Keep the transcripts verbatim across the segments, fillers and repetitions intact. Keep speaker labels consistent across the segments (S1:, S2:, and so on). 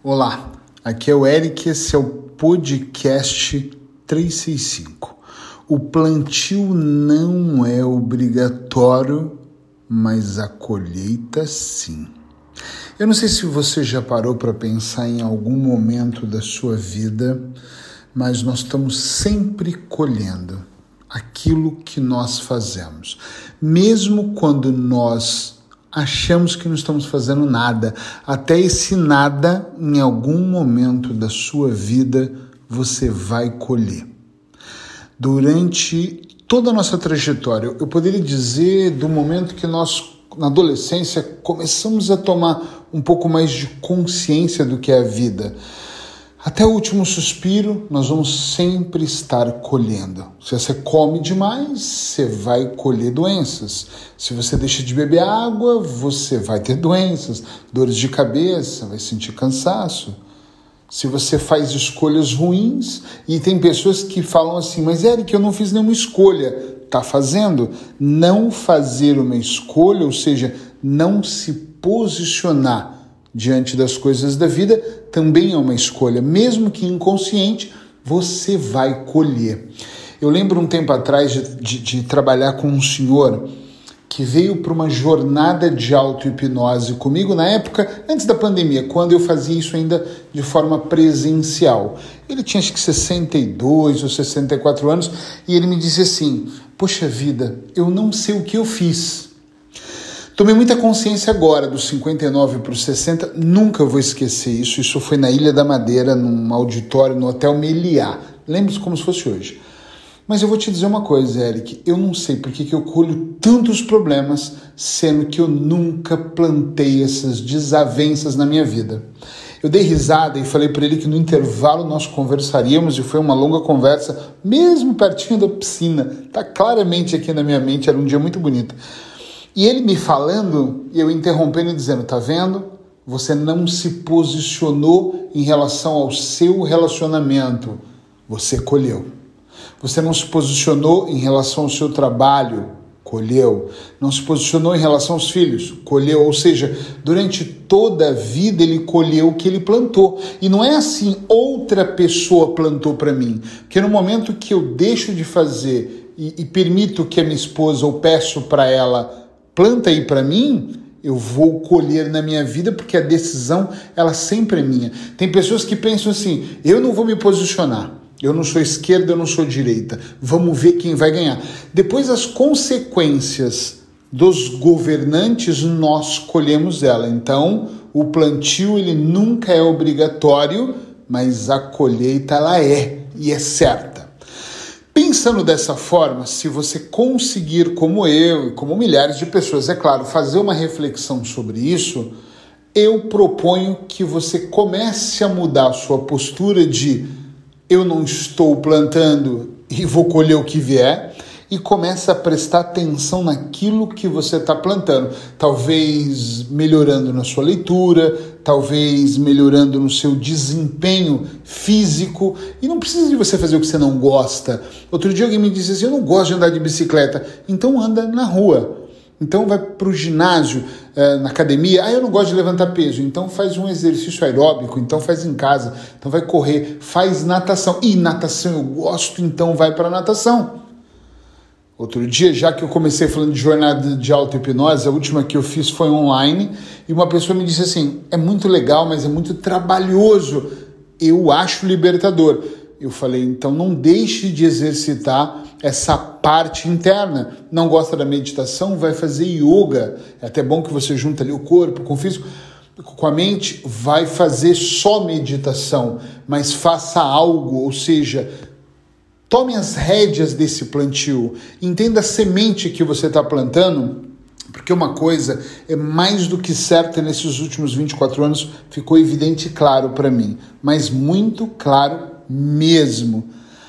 S1: Olá, aqui é o Eric, esse é o podcast trezentos e sessenta e cinco. O plantio não é obrigatório, mas a colheita sim. Eu não sei se você já parou para pensar em algum momento da sua vida, mas nós estamos sempre colhendo aquilo que nós fazemos. Mesmo quando nós achamos que não estamos fazendo nada, até esse nada, em algum momento da sua vida, você vai colher. Durante toda a nossa trajetória, eu poderia dizer do momento que nós, na adolescência, começamos a tomar um pouco mais de consciência do que é a vida. Até o último suspiro, nós vamos sempre estar colhendo. Se você come demais, você vai colher doenças. Se você deixa de beber água, você vai ter doenças, dores de cabeça, vai sentir cansaço. Se você faz escolhas ruins, e tem pessoas que falam assim, mas Eric, eu não fiz nenhuma escolha. Está fazendo? Não fazer uma escolha, ou seja, não se posicionar diante das coisas da vida, também é uma escolha. Mesmo que inconsciente, você vai colher. Eu lembro um tempo atrás de, de, de trabalhar com um senhor que veio para uma jornada de auto-hipnose comigo na época, antes da pandemia, quando eu fazia isso ainda de forma presencial. Ele tinha acho que sessenta e dois ou sessenta e quatro anos e ele me disse assim, poxa vida, eu não sei o que eu fiz. Tomei muita consciência agora, dos cinquenta e nove para os sessenta, nunca vou esquecer isso. Isso foi na Ilha da Madeira, num auditório, no Hotel Meliá. Lembre-se como se fosse hoje. Mas eu vou te dizer uma coisa, Eric, eu não sei por que que eu colho tantos problemas, sendo que eu nunca plantei essas desavenças na minha vida. Eu dei risada e falei para ele que no intervalo nós conversaríamos, e foi uma longa conversa, mesmo pertinho da piscina. Está claramente aqui na minha mente, era um dia muito bonito. E ele me falando, e eu interrompendo e dizendo, tá vendo? Você não se posicionou em relação ao seu relacionamento. Você colheu. Você não se posicionou em relação ao seu trabalho. Colheu. Não se posicionou em relação aos filhos. Colheu. Ou seja, durante toda a vida ele colheu o que ele plantou. E não é assim, outra pessoa plantou para mim. Porque no momento que eu deixo de fazer e, e permito que a minha esposa, ou peço para ela, planta aí para mim, eu vou colher na minha vida, porque a decisão, ela sempre é minha. Tem pessoas que pensam assim, eu não vou me posicionar, eu não sou esquerda, eu não sou direita, vamos ver quem vai ganhar. Depois as consequências dos governantes, nós colhemos ela. Então, o plantio, ele nunca é obrigatório, mas a colheita, ela é, e é certa. Pensando dessa forma, se você conseguir, como eu e como milhares de pessoas, é claro, fazer uma reflexão sobre isso, eu proponho que você comece a mudar a sua postura de eu não estou plantando e vou colher o que vier, e comece a prestar atenção naquilo que você está plantando, talvez melhorando na sua leitura, talvez melhorando no seu desempenho físico, e não precisa de você fazer o que você não gosta. Outro dia alguém me disse assim, eu não gosto de andar de bicicleta, então anda na rua. Então vai para o ginásio, na academia, ah, eu não gosto de levantar peso, então faz um exercício aeróbico, então faz em casa, então vai correr, faz natação, e natação eu gosto, então vai para natação. Outro dia, já que eu comecei falando de jornada de auto-hipnose, a última que eu fiz foi online, e uma pessoa me disse assim, é muito legal, mas é muito trabalhoso, eu acho libertador. Eu falei, então não deixe de exercitar essa parte interna. Não gosta da meditação? Vai fazer yoga. É até bom que você junta ali o corpo com o físico, com a mente, vai fazer só meditação, mas faça algo, ou seja, tome as rédeas desse plantio, entenda a semente que você está plantando, porque uma coisa é mais do que certa nesses últimos vinte e quatro anos, ficou evidente e claro para mim, mas muito claro mesmo.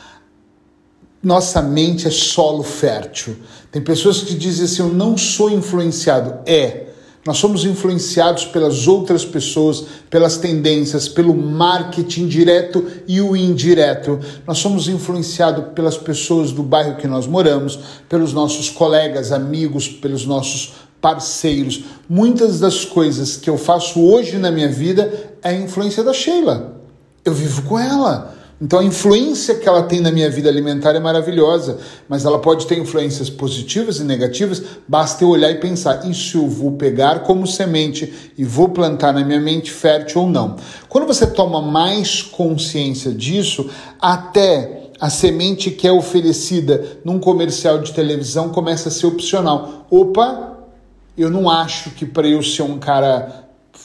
S1: Nossa mente é solo fértil. Tem pessoas que dizem assim, eu não sou influenciado. É. Nós somos influenciados pelas outras pessoas, pelas tendências, pelo marketing direto e o indireto. Nós somos influenciados pelas pessoas do bairro que nós moramos, pelos nossos colegas, amigos, pelos nossos parceiros. Muitas das coisas que eu faço hoje na minha vida é a influência da Sheila. Eu vivo com ela. Então a influência que ela tem na minha vida alimentar é maravilhosa, mas ela pode ter influências positivas e negativas, basta eu olhar e pensar, isso eu vou pegar como semente e vou plantar na minha mente fértil ou não. Quando você toma mais consciência disso, até a semente que é oferecida num comercial de televisão começa a ser opcional. Opa, eu não acho que para eu ser um cara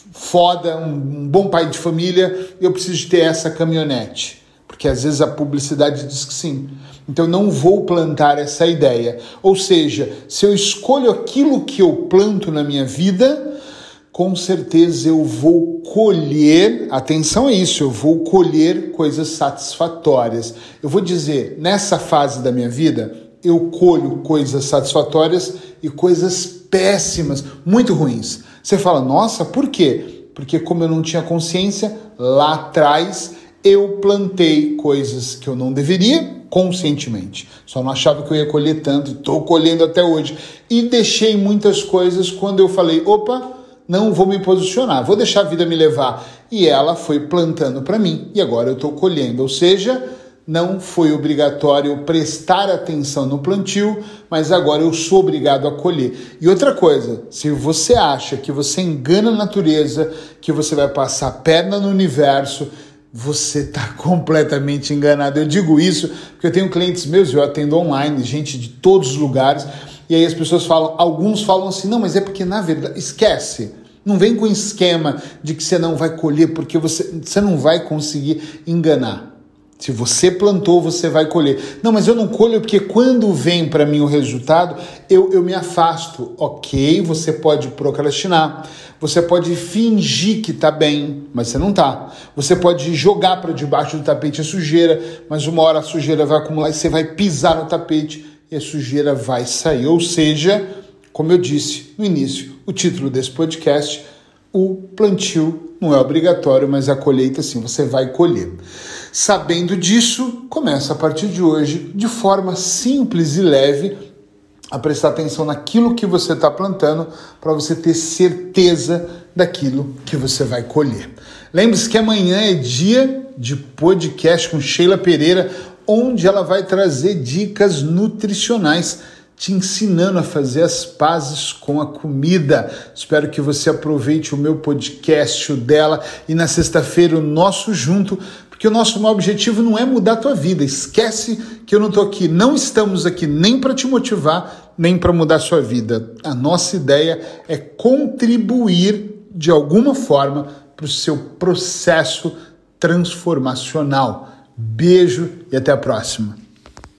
S1: foda, um bom pai de família, eu preciso ter essa caminhonete. Porque às vezes a publicidade diz que sim. Então eu não vou plantar essa ideia. Ou seja, se eu escolho aquilo que eu planto na minha vida, com certeza eu vou colher, atenção a isso, eu vou colher coisas satisfatórias. Eu vou dizer, nessa fase da minha vida, eu colho coisas satisfatórias e coisas péssimas, muito ruins. Você fala, nossa, por quê? Porque como eu não tinha consciência, lá atrás eu plantei coisas que eu não deveria conscientemente. Só não achava que eu ia colher tanto e estou colhendo até hoje. E deixei muitas coisas quando eu falei, opa, não vou me posicionar, vou deixar a vida me levar. E ela foi plantando para mim e agora eu estou colhendo. Ou seja, não foi obrigatório prestar atenção no plantio, mas agora eu sou obrigado a colher. E outra coisa, se você acha que você engana a natureza, que você vai passar a perna no universo, você está completamente enganado. Eu digo isso porque eu tenho clientes meus, eu atendo online, gente de todos os lugares, e aí as pessoas falam, alguns falam assim, não, mas é porque na verdade, esquece, não vem com esquema de que você não vai colher, porque você, você não vai conseguir enganar. Se você plantou, você vai colher. Não, mas eu não colho porque quando vem para mim o resultado, eu, eu me afasto. Ok, você pode procrastinar, você pode fingir que está bem, mas você não está. Você pode jogar para debaixo do tapete a sujeira, mas uma hora a sujeira vai acumular e você vai pisar no tapete e a sujeira vai sair. Ou seja, como eu disse no início, o título desse podcast, o plantio não é obrigatório, mas a colheita sim, você vai colher. Sabendo disso, começa a partir de hoje, de forma simples e leve, a prestar atenção naquilo que você está plantando para você ter certeza daquilo que você vai colher. Lembre-se que amanhã é dia de podcast com Sheila Pereira, onde ela vai trazer dicas nutricionais, te ensinando a fazer as pazes com a comida. Espero que você aproveite o meu podcast, o dela, e na sexta-feira o nosso junto, porque o nosso maior objetivo não é mudar a tua vida. Esquece que eu não estou aqui, não estamos aqui nem para te motivar, nem para mudar a sua vida. A nossa ideia é contribuir de alguma forma para o seu processo transformacional. Beijo e até a próxima.